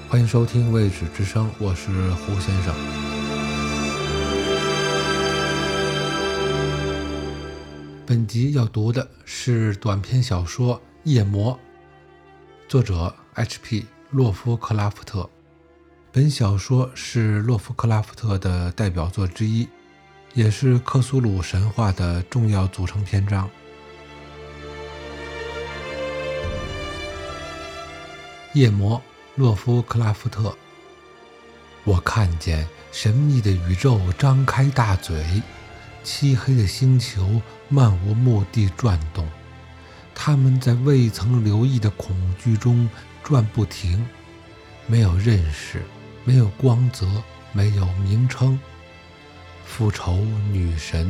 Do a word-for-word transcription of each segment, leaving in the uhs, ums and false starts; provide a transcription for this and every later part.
欢迎收听未知之声，我是胡先生。本集要读的是短篇小说《夜魔》，作者 H P 洛夫克拉夫特。本小说是洛夫克拉夫特的代表作之一，也是克苏鲁神话的重要组成篇章。夜魔，洛夫克拉夫特。我看见神秘的宇宙张开大嘴，漆黑的星球漫无目的转动，他们在未曾留意的恐惧中转不停，没有认识，没有光泽，没有名称。复仇女神。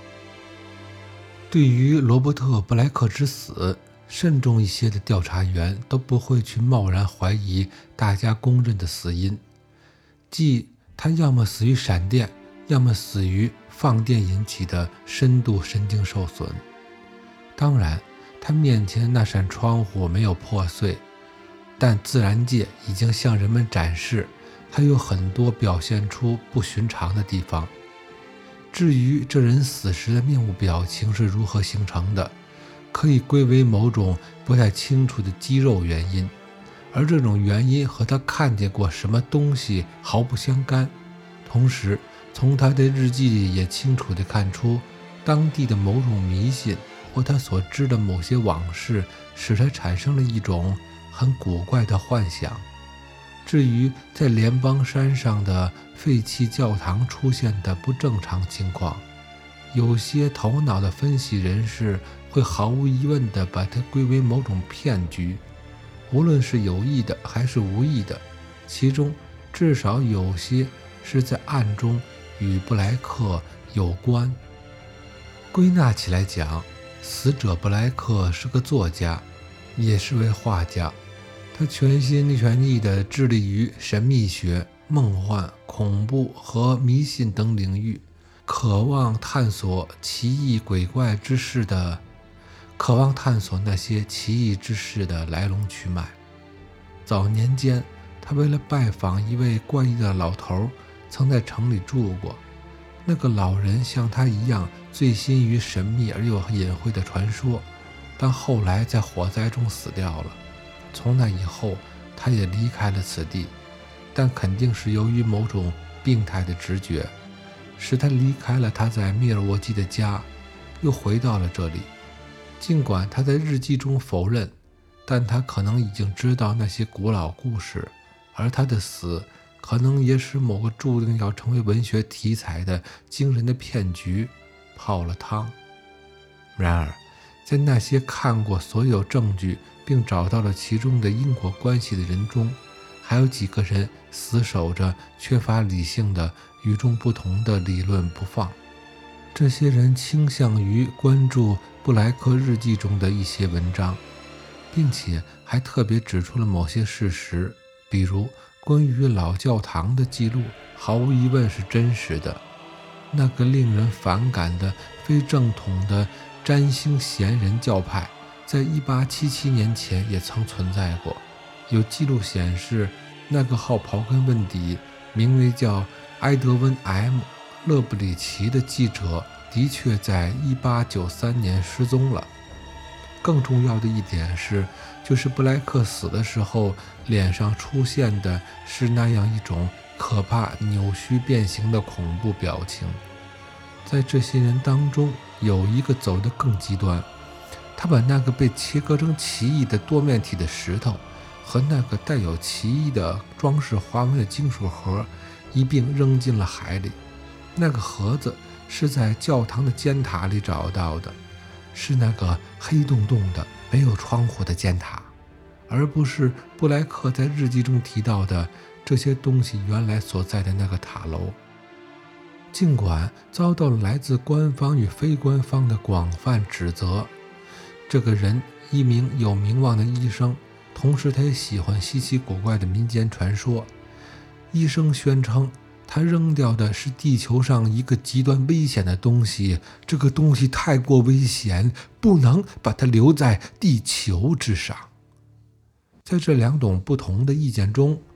对于罗伯特·布莱克之死，慎重一些的调查员都不会去贸然怀疑大家公认的死因，即他要么死于闪电，要么死于放电引起的深度神经受损。当然，他面前那扇窗户没有破碎，但自然界已经向人们展示他有很多表现出不寻常的地方。至于这人死时的面部表情是如何形成的，可以归为某种不太清楚的肌肉原因，而这种原因和他看见过什么东西毫不相干。同时，从他的日记里也清楚地看出，当地的某种迷信或他所知的某些往事，使他产生了一种很古怪的幻想。至于在联邦山上的废弃教堂出现的不正常情况，有些头脑的分析人士会毫无疑问地把它归为某种骗局，无论是有意的还是无意的，其中至少有些是在暗中与布莱克有关。归纳起来讲，死者布莱克是个作家，也是位画家，他全心全意地致力于神秘学、梦幻、恐怖和迷信等领域，渴望探索奇异鬼怪之事的渴望探索那些奇异之事的来龙去脉。早年间，他为了拜访一位怪异的老头，曾在城里住过。那个老人像他一样醉心于神秘而又隐晦的传说，但后来在火灾中死掉了。从那以后，他也离开了此地，但肯定是由于某种病态的直觉，使他离开了他在密尔沃基的家，又回到了这里。尽管他在日记中否认，但他可能已经知道那些古老故事，而他的死可能也使某个注定要成为文学题材的惊人的骗局泡了汤。然而，在那些看过所有证据并找到了其中的因果关系的人中，还有几个人死守着缺乏理性的与众不同的理论不放。这些人倾向于关注布莱克日记中的一些文章，并且还特别指出了某些事实，比如关于老教堂的记录毫无疑问是真实的。那个令人反感的非正统的占星贤人教派在一八七七年前也曾存在过。有记录显示，那个号刨根问底名为叫埃德温 M 勒布里奇的记者的确在一八九三年失踪了。更重要的一点是，就是布莱克死的时候脸上出现的是那样一种可怕扭曲变形的恐怖表情。在这些人当中，有一个走得更极端，他把那个被切割成奇异的多面体的石头和那个带有奇异的装饰花纹的金属盒一并扔进了海里。那个盒子是在教堂的尖塔里找到的，是那个黑洞洞的没有窗户的尖塔，而不是布莱克在日记中提到的这些东西原来所在的那个塔楼。尽管遭到了来自官方与非官方的广泛指责，这个人一名有名望的医生，同时他也喜欢稀奇古怪的民间传说。医生宣称，他扔掉的是地球上一个极端危险的东西，这个东西太过危险，不能把它留在地球之上。在这两种不同的意见中，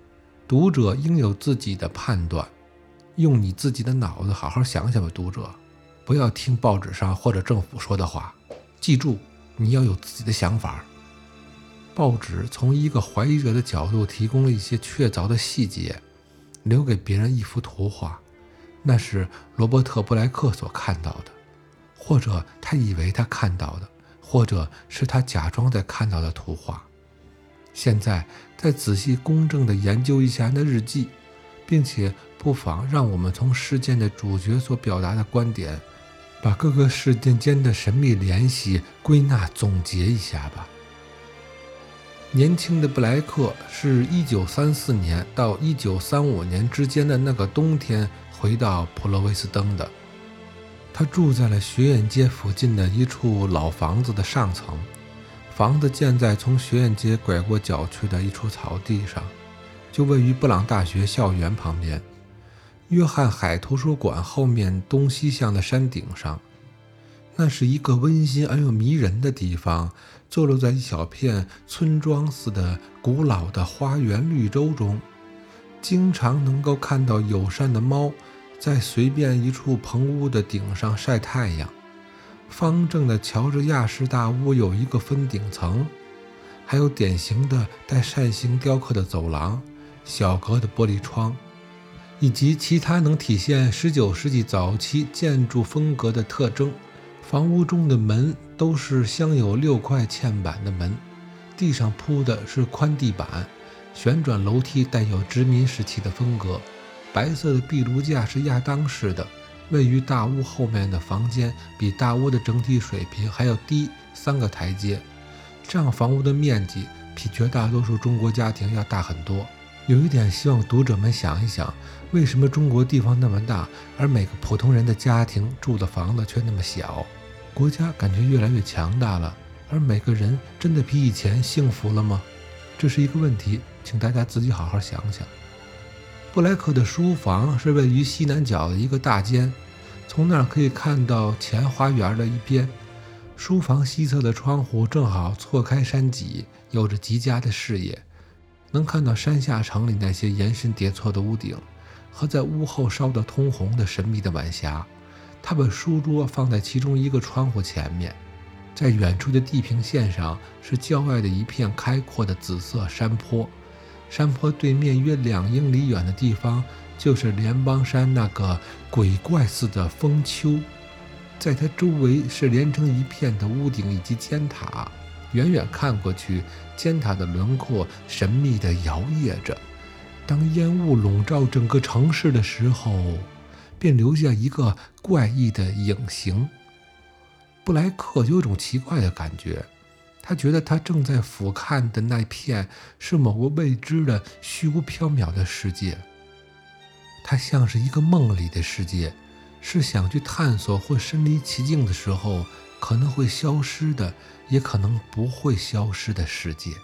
读者应有自己的判断，用你自己的脑子好好想想吧，读者，不要听报纸上或者政府说的话，记住，你要有自己的想法。报纸从一个怀疑者的角度提供了一些确凿的细节，留给别人一幅图画，那是罗伯特·布莱克所看到的，或者他以为他看到的，或者是他假装在看到的图画。现在再仔细公正地研究一下那日记，并且不妨让我们从事件的主角所表达的观点，把各个事件间的神秘联系归纳总结一下吧。年轻的布莱克是一九三四年到一九三五年之间的那个冬天回到普罗维斯登的。他住在了学院街附近的一处老房子的上层，房子建在从学院街拐过角去的一处草地上，就位于布朗大学校园旁边，约翰海图书馆后面东西向的山顶上。那是一个温馨而又迷人的地方，坐落在一小片村庄似的古老的花园绿洲中，经常能够看到友善的猫在随便一处棚屋的顶上晒太阳。方正的乔治亚式大屋有一个分顶层，还有典型的带扇形雕刻的走廊、小格的玻璃窗，以及其他能体现十九世纪早期建筑风格的特征。房屋中的门都是镶有六块嵌板的门，地上铺的是宽地板，旋转楼梯带有殖民时期的风格，白色的壁炉架是亚当式的，位于大屋后面的房间比大屋的整体水平还要低三个台阶，这样房屋的面积比绝大多数中国家庭要大很多。有一点希望读者们想一想，为什么中国地方那么大，而每个普通人的家庭住的房子却那么小？国家感觉越来越强大了，而每个人真的比以前幸福了吗？这是一个问题，请大家自己好好想想。布莱克的书房是位于西南角的一个大间，从那儿可以看到前花园的一边。书房西侧的窗户正好错开山脊，有着极佳的视野，能看到山下城里那些延伸叠错的屋顶和在屋后烧得通红的神秘的晚霞。他把书桌放在其中一个窗户前面，在远处的地平线上是郊外的一片开阔的紫色山坡，山坡对面约两英里远的地方就是联邦山那个鬼怪似的峰丘，在它周围是连成一片的屋顶以及尖塔，远远看过去，尖塔的轮廓神秘地摇曳着，当烟雾笼罩整个城市的时候，便留下一个怪异的影形。布莱克有种奇怪的感觉，他觉得他正在俯瞰的那片是某个未知的虚无缥缈的世界，它像是一个梦里的世界，是想去探索或身临其境的时候可能会消失的，也可能不会消失的世界。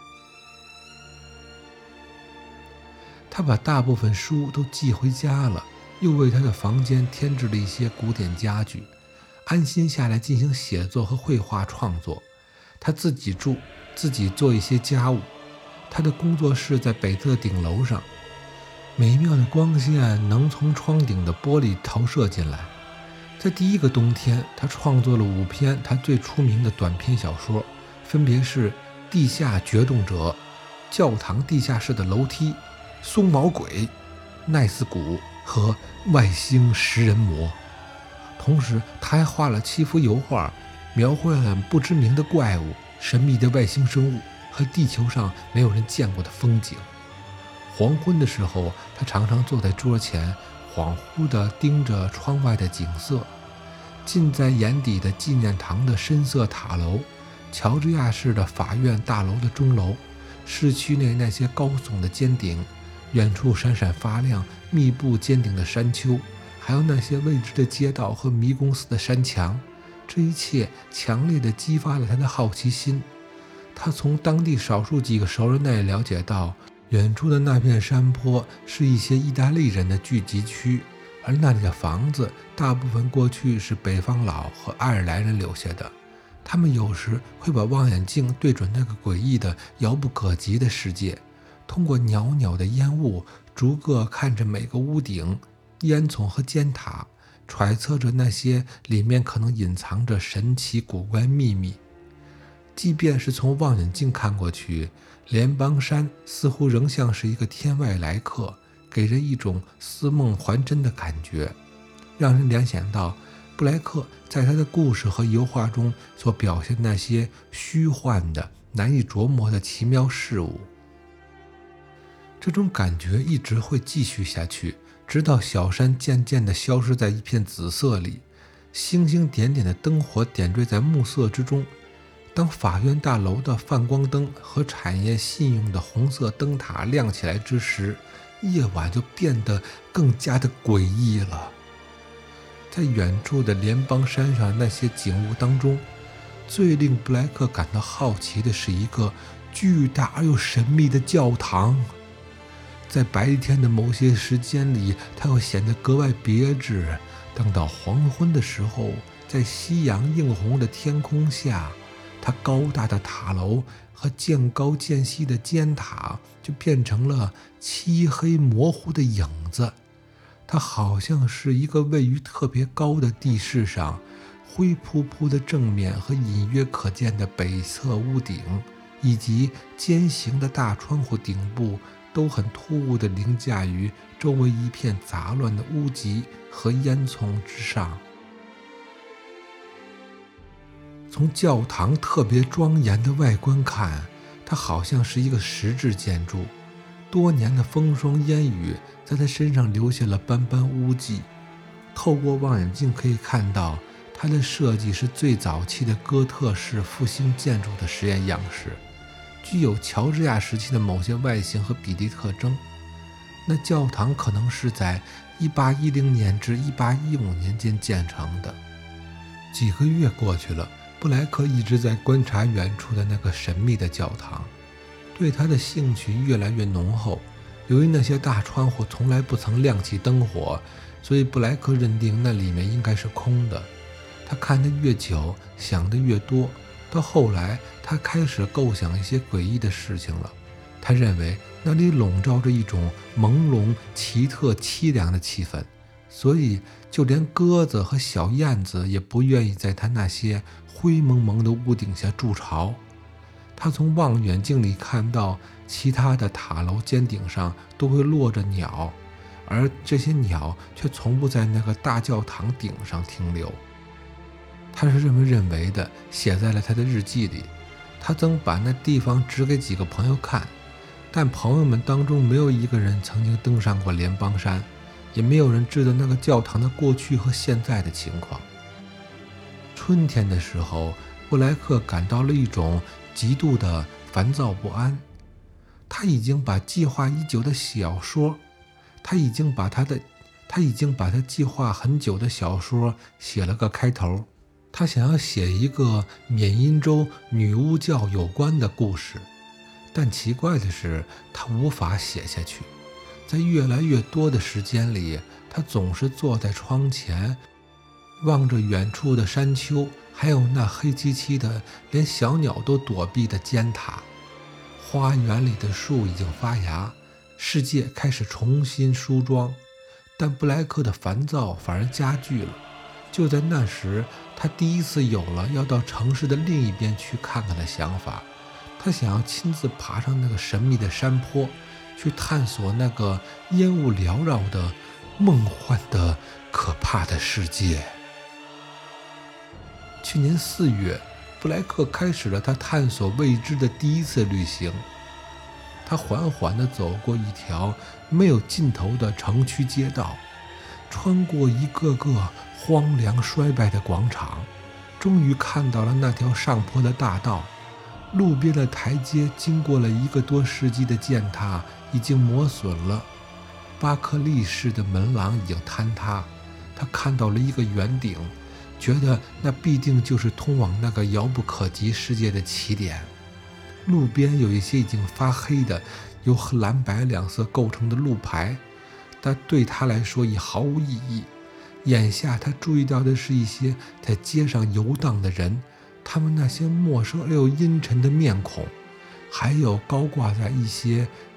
他把大部分书都寄回家了，又为他的房间添置了一些古典家具，安心下来进行写作和绘画创作。他自己住，自己做一些家务。他的工作室在北侧顶楼上，美妙的光线能从窗顶的玻璃投射进来。在第一个冬天，他创作了五篇他最出名的短篇小说，分别是《地下决动者》、《教堂地下室的楼梯》、《松毛鬼》、《奈斯谷》和《外星食人魔》。同时他还画了七幅油画，描绘了不知名的怪物、神秘的外星生物和地球上没有人见过的风景。黄昏的时候，他常常坐在桌前，恍惚地盯着窗外的景色。近在眼底的纪念堂的深色塔楼，乔治亚式的法院大楼的钟楼，市区内那些高耸的尖顶，远处闪闪发亮密布尖顶的山丘，还有那些未知的街道和迷宫似的山墙，这一切强烈地激发了他的好奇心。他从当地少数几个熟人那里了解到，远处的那片山坡是一些意大利人的聚集区，而那里的房子大部分过去是北方佬和爱尔兰人留下的。他们有时会把望远镜对准那个诡异的遥不可及的世界， 通过袅袅的烟雾，逐个看着每个屋顶、烟囱和尖塔，揣测着那些里面可能隐藏着神奇古怪秘密。即便是从望远镜看过去，联邦山似乎仍像是一个天外来客，给人一种似梦还真的感觉，让人联想到布莱克在他的故事和油画中所表现那些虚幻的、难以琢磨的奇妙事物。这种感觉一直会继续下去，直到小山渐渐地消失在一片紫色里，星星点点的灯火点缀在暮色之中。当法院大楼的泛光灯和产业信用的红色灯塔亮起来之时，夜晚就变得更加的诡异了。在远处的联邦山上那些景物当中，最令布莱克感到好奇的是一个巨大而又神秘的教堂。在白天的某些时间里，它会显得格外别致。等到黄昏的时候，在夕阳映红的天空下，它高大的塔楼和渐高渐细的尖塔就变成了漆黑模糊的影子。它好像是一个位于特别高的地势上，灰扑扑的正面和隐约可见的北侧屋顶，以及尖形的大窗户顶部，都很突兀地凌驾于周围一片杂乱的屋脊和烟囱之上。从教堂特别庄严的外观看，它好像是一个石质建筑，多年的风霜烟雨在它身上留下了斑斑污迹。透过望远镜可以看到，它的设计是最早期的哥特式复兴建筑的实验样式，具有乔治亚时期的某些外形和比例特征。那教堂可能是在一八一零年至一八一五年间建成的。几个月过去了，布莱克一直在观察远处的那个神秘的教堂，对他的兴趣越来越浓厚。由于那些大窗户从来不曾亮起灯火，所以布莱克认定那里面应该是空的。他看得越久，想得越多，到后来他开始构想一些诡异的事情了。他认为那里笼罩着一种朦胧、奇特、凄凉的气氛，所以就连鸽子和小燕子也不愿意在他那些灰蒙蒙的屋顶下筑巢。他从望远镜里看到，其他的塔楼尖顶上都会落着鸟，而这些鸟却从不在那个大教堂顶上停留。他是这么认为的，写在了他的日记里。他曾把那地方指给几个朋友看，但朋友们当中没有一个人曾经登上过联邦山，也没有人知道那个教堂的过去和现在的情况。春天的时候，布莱克感到了一种极度的烦躁不安。他已经把计划已久的小说，他已经把他的，他已经把他计划很久的小说写了个开头。他想要写一个缅因州女巫教有关的故事，但奇怪的是，他无法写下去。在越来越多的时间里，他总是坐在窗前，望着远处的山丘，还有那黑漆漆的连小鸟都躲避的尖塔。花园里的树已经发芽，世界开始重新梳妆，但布莱克的烦躁反而加剧了。就在那时，他第一次有了要到城市的另一边去看看的想法。他想要亲自爬上那个神秘的山坡，去探索那个烟雾缭绕的梦幻的可怕的世界。去年四月，布莱克开始了他探索未知的第一次旅行。他缓缓地走过一条没有尽头的城区街道，穿过一个个荒凉衰败的广场，终于看到了那条上坡的大道。路边的台阶经过了一个多世纪的践踏，已经磨损了。巴克利式的门廊已经坍塌。他看到了一个圆顶，觉得那必定就是通往那个遥不可及世界的起点。路边有一些已经发黑的由蓝白两色构成的路牌，但对他来说已毫无意义。眼下他注意到的是一些在街上游荡的人，他们那些陌生而又阴沉的面孔，还有高挂在一些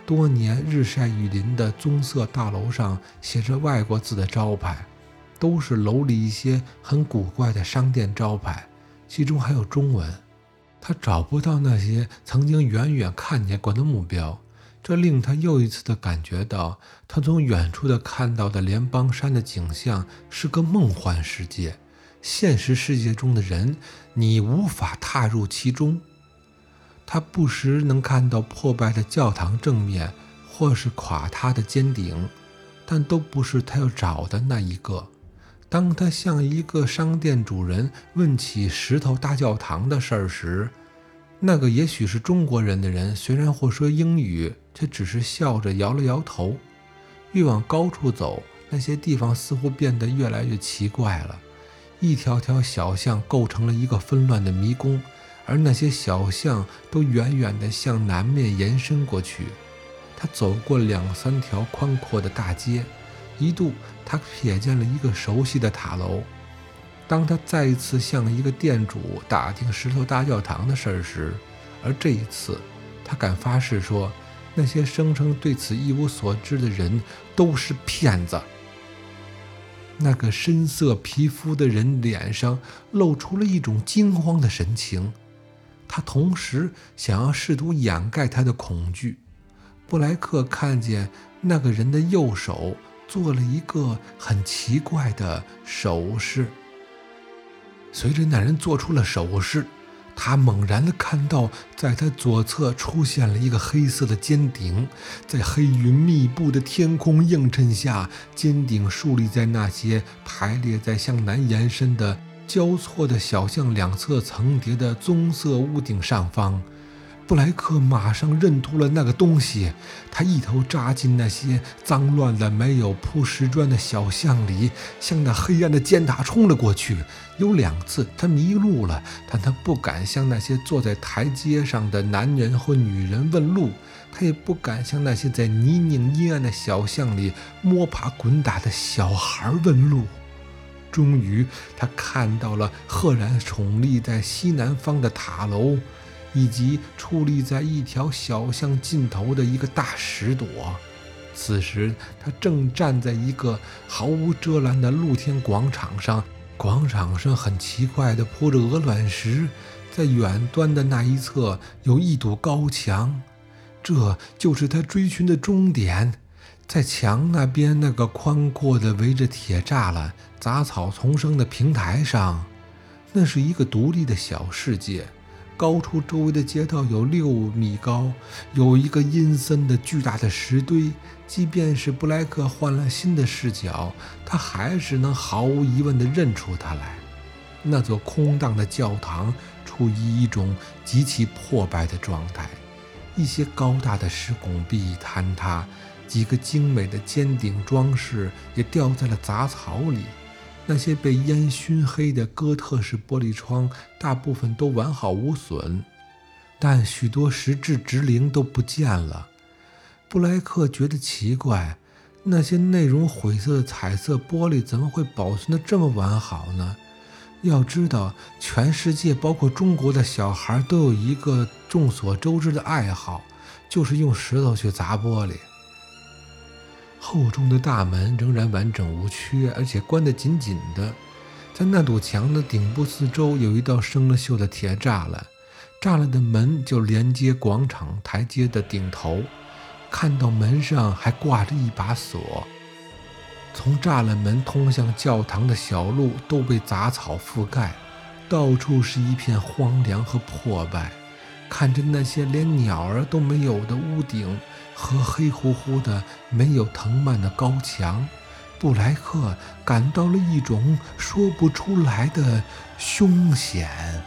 多年日晒雨淋的棕色大楼上写着外国字的招牌，都是楼里一些很古怪的商店招牌，其中还有中文。他找不到那些曾经远远看见过的目标，这令他又一次地感觉到，他从远处的看到的联邦山的景象是个梦幻世界，现实世界中的人，你无法踏入其中。他不时能看到破败的教堂正面，或是垮塌的尖顶，但都不是他要找的那一个。当他向一个商店主人问起石头大教堂的事儿时，那个也许是中国人的人虽然会说英语，却只是笑着摇了摇头。越往高处走，那些地方似乎变得越来越奇怪了，一条条小巷构成了一个纷乱的迷宫，而那些小巷都远远地向南面延伸过去。他走过两三条宽阔的大街，一度他瞥见了一个熟悉的塔楼。当他再一次向一个店主打听石头大教堂的事儿时，而这一次他敢发誓说，那些声称对此一无所知的人都是骗子。那个深色皮肤的人脸上露出了一种惊慌的神情，他同时想要试图掩盖他的恐惧。布莱克看见那个人的右手做了一个很奇怪的手势。随着那人做出了手势，他猛然地看到在他左侧出现了一个黑色的尖顶，在黑云密布的天空映衬下，尖顶竖立在那些排列在向南延伸的交错的小巷两侧层叠的棕色屋顶上方。布莱克马上认出了那个东西，他一头扎进那些脏乱的没有铺石砖的小巷里，向那黑暗的尖塔冲了过去。有两次他迷路了，但他不敢向那些坐在台阶上的男人或女人问路，他也不敢向那些在泥泞阴暗的小巷里摸爬滚打的小孩问路。终于他看到了赫然矗立在西南方的塔楼，以及矗立在一条小巷尽头的一个大石垛。此时他正站在一个毫无遮拦的露天广场上，广场上很奇怪地铺着鹅卵石，在远端的那一侧有一堵高墙，这就是他追寻的终点。在墙那边那个宽阔的围着铁栅栏、杂草丛生的平台上，那是一个独立的小世界。高出周围的街道有六米高，有一个阴森的巨大的石堆，即便是布莱克换了新的视角，他还是能毫无疑问地认出它来。那座空荡的教堂处于一种极其破败的状态，一些高大的石拱壁坍塌，几个精美的尖顶装饰也掉在了杂草里。那些被烟熏黑的哥特式玻璃窗大部分都完好无损，但许多石质直棂都不见了。布莱克觉得奇怪，那些内容晦涩的彩色玻璃怎么会保存得这么完好呢？要知道，全世界包括中国的小孩都有一个众所周知的爱好，就是用石头去砸玻璃。厚重的大门仍然完整无缺，而且关得紧紧的。在那堵墙的顶部四周有一道生了锈的铁栅栏，栅栏的门就连接广场台阶的顶头，看到门上还挂着一把锁。从栅栏门通向教堂的小路都被杂草覆盖，到处是一片荒凉和破败。看着那些连鸟儿都没有的屋顶和黑乎乎的没有藤蔓的高墙，布莱克感到了一种说不出来的凶险。